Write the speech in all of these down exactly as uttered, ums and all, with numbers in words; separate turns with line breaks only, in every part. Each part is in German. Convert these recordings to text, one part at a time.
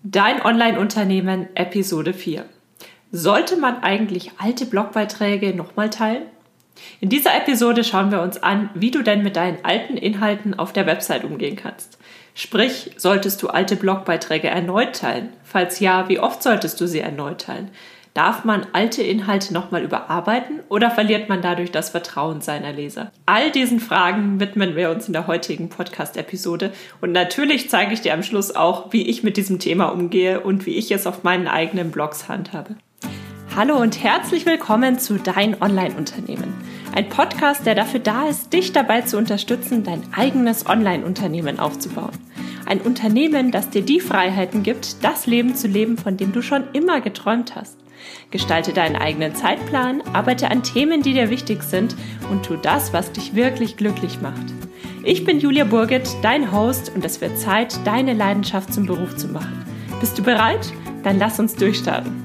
Dein Online-Unternehmen, Episode vier. Sollte man eigentlich alte Blogbeiträge nochmal teilen? In dieser Episode schauen wir uns an, wie du denn mit deinen alten Inhalten auf der Website umgehen kannst. Sprich, solltest du alte Blogbeiträge erneut teilen? Falls ja, wie oft solltest du sie erneut teilen? Darf man alte Inhalte nochmal überarbeiten oder verliert man dadurch das Vertrauen seiner Leser? All diesen Fragen widmen wir uns in der heutigen Podcast-Episode und natürlich zeige ich dir am Schluss auch, wie ich mit diesem Thema umgehe und wie ich es auf meinen eigenen Blogs handhabe. Hallo und herzlich willkommen zu Dein Online-Unternehmen. Ein Podcast, der dafür da ist, dich dabei zu unterstützen, dein eigenes Online-Unternehmen aufzubauen. Ein Unternehmen, das dir die Freiheiten gibt, das Leben zu leben, von dem du schon immer geträumt hast. Gestalte deinen eigenen Zeitplan, arbeite an Themen, die dir wichtig sind und tu das, was dich wirklich glücklich macht. Ich bin Julia Burget, dein Host, und es wird Zeit, deine Leidenschaft zum Beruf zu machen. Bist du bereit? Dann lass uns durchstarten.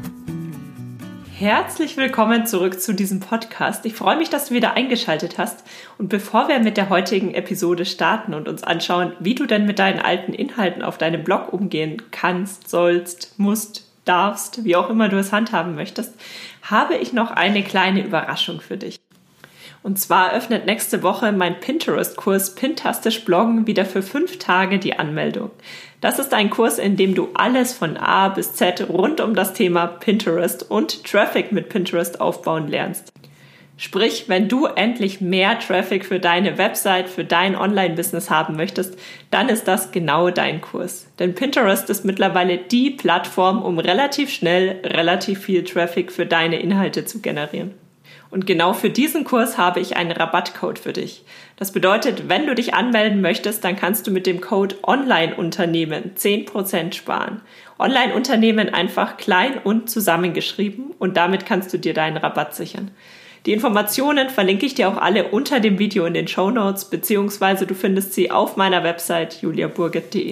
Herzlich willkommen zurück zu diesem Podcast. Ich freue mich, dass du wieder eingeschaltet hast. Und bevor wir mit der heutigen Episode starten und uns anschauen, wie du denn mit deinen alten Inhalten auf deinem Blog umgehen kannst, sollst, musst, darfst, wie auch immer du es handhaben möchtest, habe ich noch eine kleine Überraschung für dich. Und zwar öffnet nächste Woche mein Pinterest-Kurs Pintastisch Bloggen wieder für fünf Tage die Anmeldung. Das ist ein Kurs, in dem du alles von A bis Z rund um das Thema Pinterest und Traffic mit Pinterest aufbauen lernst. Sprich, wenn du endlich mehr Traffic für deine Website, für dein Online-Business haben möchtest, dann ist das genau dein Kurs. Denn Pinterest ist mittlerweile die Plattform, um relativ schnell, relativ viel Traffic für deine Inhalte zu generieren. Und genau für diesen Kurs habe ich einen Rabattcode für dich. Das bedeutet, wenn du dich anmelden möchtest, dann kannst du mit dem Code Online-Unternehmen zehn Prozent sparen. Online-Unternehmen einfach klein und zusammengeschrieben und damit kannst du dir deinen Rabatt sichern. Die Informationen verlinke ich dir auch alle unter dem Video in den Shownotes, beziehungsweise du findest sie auf meiner Website julia burget punkt de.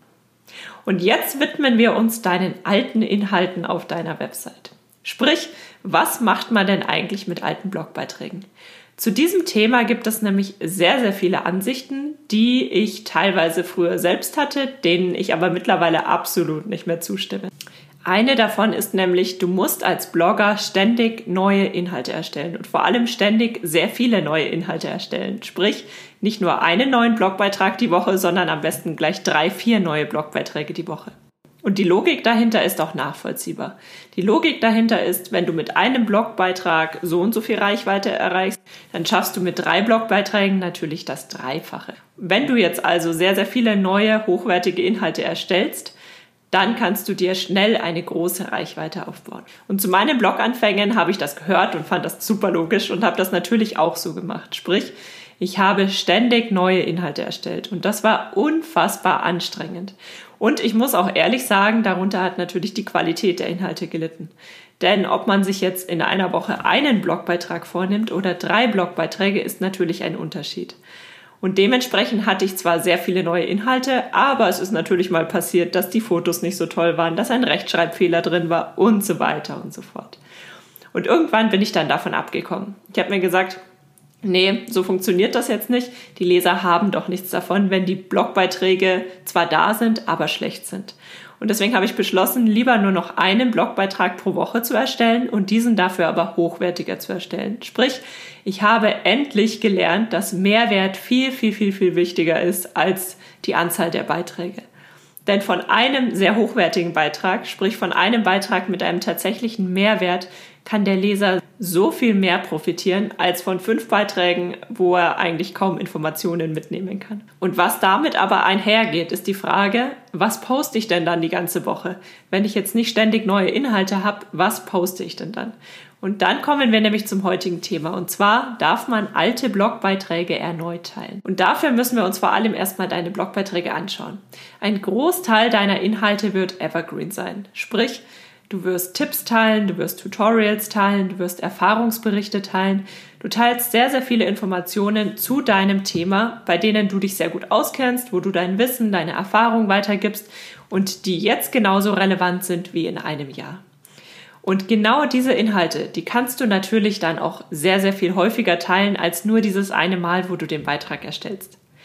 Und jetzt widmen wir uns deinen alten Inhalten auf deiner Website. Sprich, was macht man denn eigentlich mit alten Blogbeiträgen? Zu diesem Thema gibt es nämlich sehr, sehr viele Ansichten, die ich teilweise früher selbst hatte, denen ich aber mittlerweile absolut nicht mehr zustimme. Eine davon ist nämlich, du musst als Blogger ständig neue Inhalte erstellen und vor allem ständig sehr viele neue Inhalte erstellen. Sprich, nicht nur einen neuen Blogbeitrag die Woche, sondern am besten gleich drei, vier neue Blogbeiträge die Woche. Und die Logik dahinter ist auch nachvollziehbar. Die Logik dahinter ist, wenn du mit einem Blogbeitrag so und so viel Reichweite erreichst, dann schaffst du mit drei Blogbeiträgen natürlich das Dreifache. Wenn du jetzt also sehr, sehr viele neue, hochwertige Inhalte erstellst, dann kannst du dir schnell eine große Reichweite aufbauen. Und zu meinen Bloganfängen habe ich das gehört und fand das super logisch und habe das natürlich auch so gemacht. Sprich, ich habe ständig neue Inhalte erstellt und das war unfassbar anstrengend. Und ich muss auch ehrlich sagen, darunter hat natürlich die Qualität der Inhalte gelitten. Denn ob man sich jetzt in einer Woche einen Blogbeitrag vornimmt oder drei Blogbeiträge, ist natürlich ein Unterschied. Und dementsprechend hatte ich zwar sehr viele neue Inhalte, aber es ist natürlich mal passiert, dass die Fotos nicht so toll waren, dass ein Rechtschreibfehler drin war und so weiter und so fort. Und irgendwann bin ich dann davon abgekommen. Ich habe mir gesagt, nee, so funktioniert das jetzt nicht. Die Leser haben doch nichts davon, wenn die Blogbeiträge zwar da sind, aber schlecht sind. Und deswegen habe ich beschlossen, lieber nur noch einen Blogbeitrag pro Woche zu erstellen und diesen dafür aber hochwertiger zu erstellen. Sprich, ich habe endlich gelernt, dass Mehrwert viel, viel, viel, viel wichtiger ist als die Anzahl der Beiträge. Denn von einem sehr hochwertigen Beitrag, sprich von einem Beitrag mit einem tatsächlichen Mehrwert, kann der Leser so viel mehr profitieren als von fünf Beiträgen, wo er eigentlich kaum Informationen mitnehmen kann. Und was damit aber einhergeht, ist die Frage, was poste ich denn dann die ganze Woche? Wenn ich jetzt nicht ständig neue Inhalte habe, was poste ich denn dann? Und dann kommen wir nämlich zum heutigen Thema. Und zwar darf man alte Blogbeiträge erneut teilen. Und dafür müssen wir uns vor allem erstmal deine Blogbeiträge anschauen. Ein Großteil deiner Inhalte wird evergreen sein. Sprich, du wirst Tipps teilen, du wirst Tutorials teilen, du wirst Erfahrungsberichte teilen. Du teilst sehr, sehr viele Informationen zu deinem Thema, bei denen du dich sehr gut auskennst, wo du dein Wissen, deine Erfahrung weitergibst und die jetzt genauso relevant sind wie in einem Jahr. Und genau diese Inhalte, die kannst du natürlich dann auch sehr, sehr viel häufiger teilen als nur dieses eine Mal, wo du den Beitrag erstellst.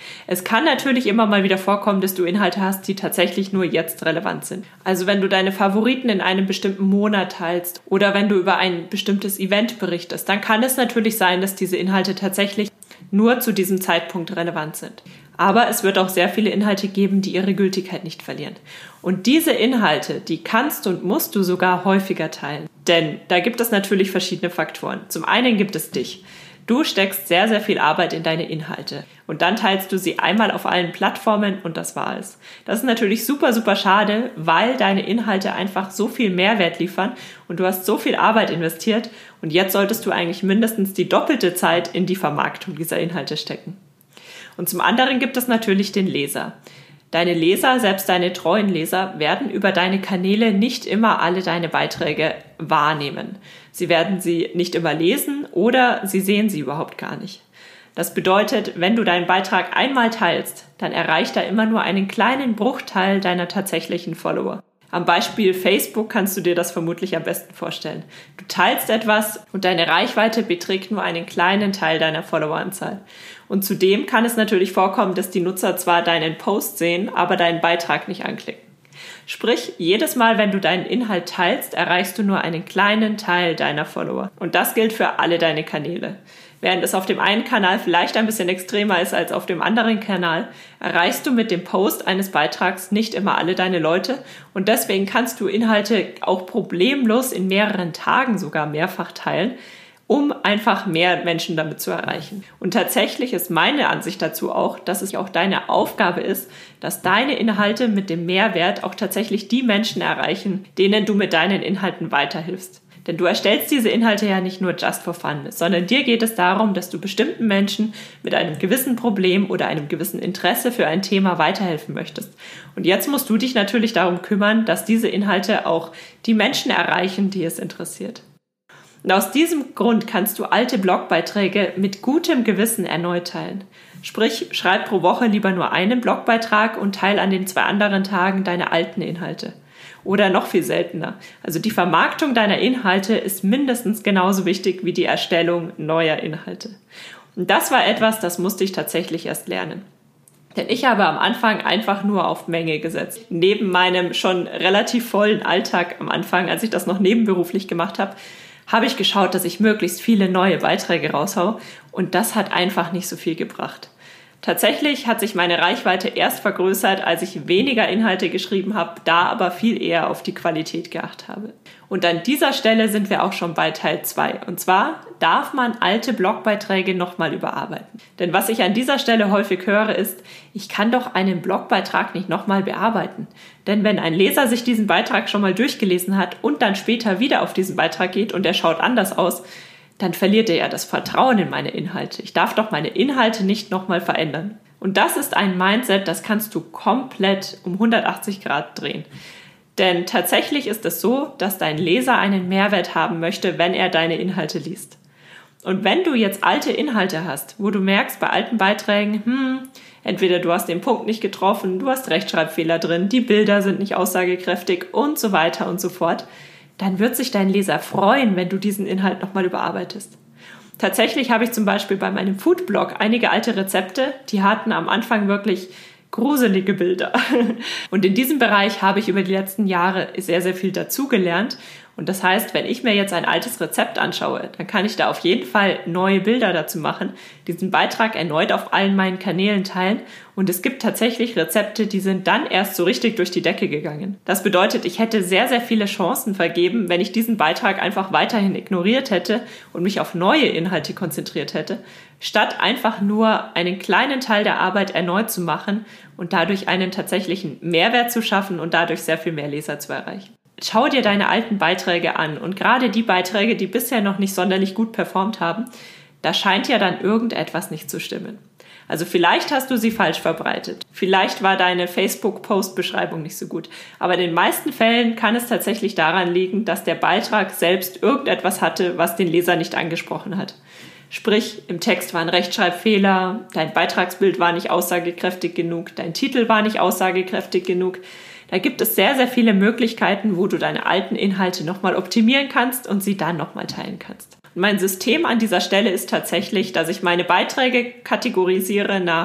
Es kann natürlich immer mal wieder vorkommen, dass du Inhalte hast, die tatsächlich nur jetzt relevant sind. Also wenn du deine Favoriten in einem bestimmten Monat teilst oder wenn du über ein bestimmtes Event berichtest, dann kann es natürlich sein, dass diese Inhalte tatsächlich nur zu diesem Zeitpunkt relevant sind. Aber es wird auch sehr viele Inhalte geben, die ihre Gültigkeit nicht verlieren. Und diese Inhalte, die kannst und musst du sogar häufiger teilen. Denn da gibt es natürlich verschiedene Faktoren. Zum einen gibt es dich. Du steckst sehr, sehr viel Arbeit in deine Inhalte und dann teilst du sie einmal auf allen Plattformen und das war es. Das ist natürlich super, super schade, weil deine Inhalte einfach so viel Mehrwert liefern und du hast so viel Arbeit investiert und jetzt solltest du eigentlich mindestens die doppelte Zeit in die Vermarktung dieser Inhalte stecken. Und zum anderen gibt es natürlich den Leser. Deine Leser, selbst deine treuen Leser, werden über deine Kanäle nicht immer alle deine Beiträge wahrnehmen. Sie werden sie nicht immer lesen oder sie sehen sie überhaupt gar nicht. Das bedeutet, wenn du deinen Beitrag einmal teilst, dann erreicht er immer nur einen kleinen Bruchteil deiner tatsächlichen Follower. Am Beispiel Facebook kannst du dir das vermutlich am besten vorstellen. Du teilst etwas und deine Reichweite beträgt nur einen kleinen Teil deiner Followeranzahl. Und zudem kann es natürlich vorkommen, dass die Nutzer zwar deinen Post sehen, aber deinen Beitrag nicht anklicken. Sprich, jedes Mal, wenn du deinen Inhalt teilst, erreichst du nur einen kleinen Teil deiner Follower. Und das gilt für alle deine Kanäle. Während es auf dem einen Kanal vielleicht ein bisschen extremer ist als auf dem anderen Kanal, erreichst du mit dem Post eines Beitrags nicht immer alle deine Leute und deswegen kannst du Inhalte auch problemlos in mehreren Tagen sogar mehrfach teilen, um einfach mehr Menschen damit zu erreichen. Und tatsächlich ist meine Ansicht dazu auch, dass es auch deine Aufgabe ist, dass deine Inhalte mit dem Mehrwert auch tatsächlich die Menschen erreichen, denen du mit deinen Inhalten weiterhilfst. Denn du erstellst diese Inhalte ja nicht nur just for fun, sondern dir geht es darum, dass du bestimmten Menschen mit einem gewissen Problem oder einem gewissen Interesse für ein Thema weiterhelfen möchtest. Und jetzt musst du dich natürlich darum kümmern, dass diese Inhalte auch die Menschen erreichen, die es interessiert. Und aus diesem Grund kannst du alte Blogbeiträge mit gutem Gewissen erneut teilen. Sprich, schreib pro Woche lieber nur einen Blogbeitrag und teile an den zwei anderen Tagen deine alten Inhalte. Oder noch viel seltener. Also die Vermarktung deiner Inhalte ist mindestens genauso wichtig wie die Erstellung neuer Inhalte. Und das war etwas, das musste ich tatsächlich erst lernen. Denn ich habe am Anfang einfach nur auf Menge gesetzt. Neben meinem schon relativ vollen Alltag am Anfang, als ich das noch nebenberuflich gemacht habe, habe ich geschaut, dass ich möglichst viele neue Beiträge raushaue. Und das hat einfach nicht so viel gebracht. Tatsächlich hat sich meine Reichweite erst vergrößert, als ich weniger Inhalte geschrieben habe, da aber viel eher auf die Qualität geachtet habe. Und an dieser Stelle sind wir auch schon bei Teil zwei. Und zwar darf man alte Blogbeiträge nochmal überarbeiten. Denn was ich an dieser Stelle häufig höre, ist, ich kann doch einen Blogbeitrag nicht nochmal bearbeiten. Denn wenn ein Leser sich diesen Beitrag schon mal durchgelesen hat und dann später wieder auf diesen Beitrag geht und er schaut anders aus, dann verliert er ja das Vertrauen in meine Inhalte. Ich darf doch meine Inhalte nicht nochmal verändern. Und das ist ein Mindset, das kannst du komplett um hundertachtzig Grad drehen. Denn tatsächlich ist es so, dass dein Leser einen Mehrwert haben möchte, wenn er deine Inhalte liest. Und wenn du jetzt alte Inhalte hast, wo du merkst bei alten Beiträgen, hm, entweder du hast den Punkt nicht getroffen, du hast Rechtschreibfehler drin, die Bilder sind nicht aussagekräftig und so weiter und so fort, dann wird sich dein Leser freuen, wenn du diesen Inhalt nochmal überarbeitest. Tatsächlich habe ich zum Beispiel bei meinem Foodblog einige alte Rezepte, die hatten am Anfang wirklich gruselige Bilder. Und in diesem Bereich habe ich über die letzten Jahre sehr, sehr viel dazugelernt. Und das heißt, wenn ich mir jetzt ein altes Rezept anschaue, dann kann ich da auf jeden Fall neue Bilder dazu machen, diesen Beitrag erneut auf allen meinen Kanälen teilen. Und es gibt tatsächlich Rezepte, die sind dann erst so richtig durch die Decke gegangen. Das bedeutet, ich hätte sehr, sehr viele Chancen vergeben, wenn ich diesen Beitrag einfach weiterhin ignoriert hätte und mich auf neue Inhalte konzentriert hätte, statt einfach nur einen kleinen Teil der Arbeit erneut zu machen und dadurch einen tatsächlichen Mehrwert zu schaffen und dadurch sehr viel mehr Leser zu erreichen. Schau dir deine alten Beiträge an und gerade die Beiträge, die bisher noch nicht sonderlich gut performt haben, da scheint ja dann irgendetwas nicht zu stimmen. Also vielleicht hast du sie falsch verbreitet, vielleicht war deine Facebook-Post-Beschreibung nicht so gut, aber in den meisten Fällen kann es tatsächlich daran liegen, dass der Beitrag selbst irgendetwas hatte, was den Leser nicht angesprochen hat. Sprich, im Text waren Rechtschreibfehler, dein Beitragsbild war nicht aussagekräftig genug, dein Titel war nicht aussagekräftig genug. Da gibt es sehr, sehr viele Möglichkeiten, wo du deine alten Inhalte nochmal optimieren kannst und sie dann nochmal teilen kannst. Und mein System an dieser Stelle ist tatsächlich, dass ich meine Beiträge kategorisiere nach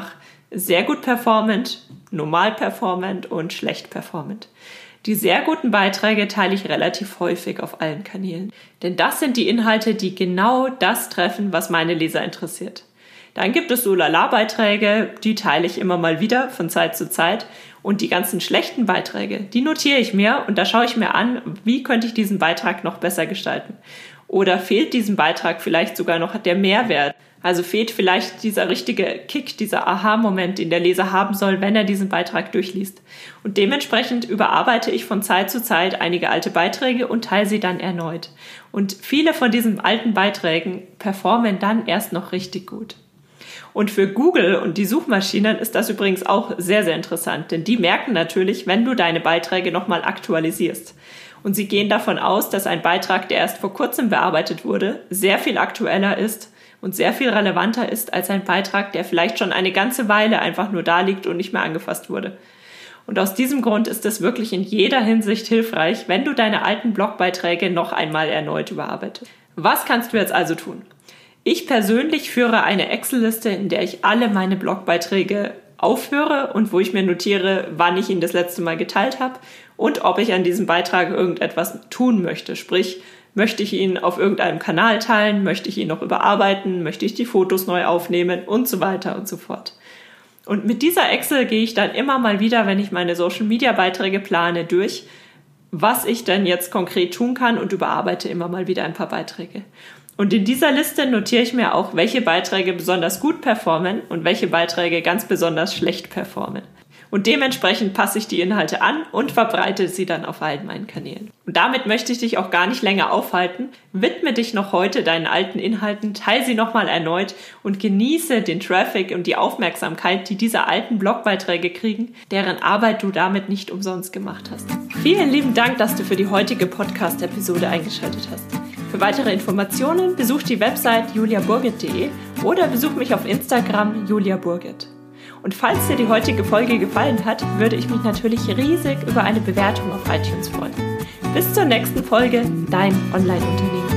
sehr gut performant, normal performant und schlecht performant. Die sehr guten Beiträge teile ich relativ häufig auf allen Kanälen, denn das sind die Inhalte, die genau das treffen, was meine Leser interessiert. Dann gibt es so Lala-Beiträge, die teile ich immer mal wieder von Zeit zu Zeit. Und die ganzen schlechten Beiträge, die notiere ich mir und da schaue ich mir an, wie könnte ich diesen Beitrag noch besser gestalten. Oder fehlt diesem Beitrag vielleicht sogar noch der Mehrwert? Also fehlt vielleicht dieser richtige Kick, dieser Aha-Moment, den der Leser haben soll, wenn er diesen Beitrag durchliest. Und dementsprechend überarbeite ich von Zeit zu Zeit einige alte Beiträge und teile sie dann erneut. Und viele von diesen alten Beiträgen performen dann erst noch richtig gut. Und für Google und die Suchmaschinen ist das übrigens auch sehr, sehr interessant, denn die merken natürlich, wenn du deine Beiträge nochmal aktualisierst. Und sie gehen davon aus, dass ein Beitrag, der erst vor kurzem bearbeitet wurde, sehr viel aktueller ist und sehr viel relevanter ist als ein Beitrag, der vielleicht schon eine ganze Weile einfach nur da liegt und nicht mehr angefasst wurde. Und aus diesem Grund ist es wirklich in jeder Hinsicht hilfreich, wenn du deine alten Blogbeiträge noch einmal erneut überarbeitest. Was kannst du jetzt also tun? Ich persönlich führe eine Excel-Liste, in der ich alle meine Blogbeiträge aufführe und wo ich mir notiere, wann ich ihn das letzte Mal geteilt habe und ob ich an diesem Beitrag irgendetwas tun möchte. Sprich, möchte ich ihn auf irgendeinem Kanal teilen, möchte ich ihn noch überarbeiten, möchte ich die Fotos neu aufnehmen und so weiter und so fort. Und mit dieser Excel gehe ich dann immer mal wieder, wenn ich meine Social-Media-Beiträge plane, durch, was ich denn jetzt konkret tun kann und überarbeite immer mal wieder ein paar Beiträge. Und in dieser Liste notiere ich mir auch, welche Beiträge besonders gut performen und welche Beiträge ganz besonders schlecht performen. Und dementsprechend passe ich die Inhalte an und verbreite sie dann auf allen meinen Kanälen. Und damit möchte ich dich auch gar nicht länger aufhalten. Widme dich noch heute deinen alten Inhalten, teile sie nochmal erneut und genieße den Traffic und die Aufmerksamkeit, die diese alten Blogbeiträge kriegen, deren Arbeit du damit nicht umsonst gemacht hast. Vielen lieben Dank, dass du für die heutige Podcast-Episode eingeschaltet hast. Für weitere Informationen besuch die Website julia burget punkt de oder besuch mich auf Instagram juliaburget. Und falls dir die heutige Folge gefallen hat, würde ich mich natürlich riesig über eine Bewertung auf iTunes freuen. Bis zur nächsten Folge, dein Online-Unternehmen.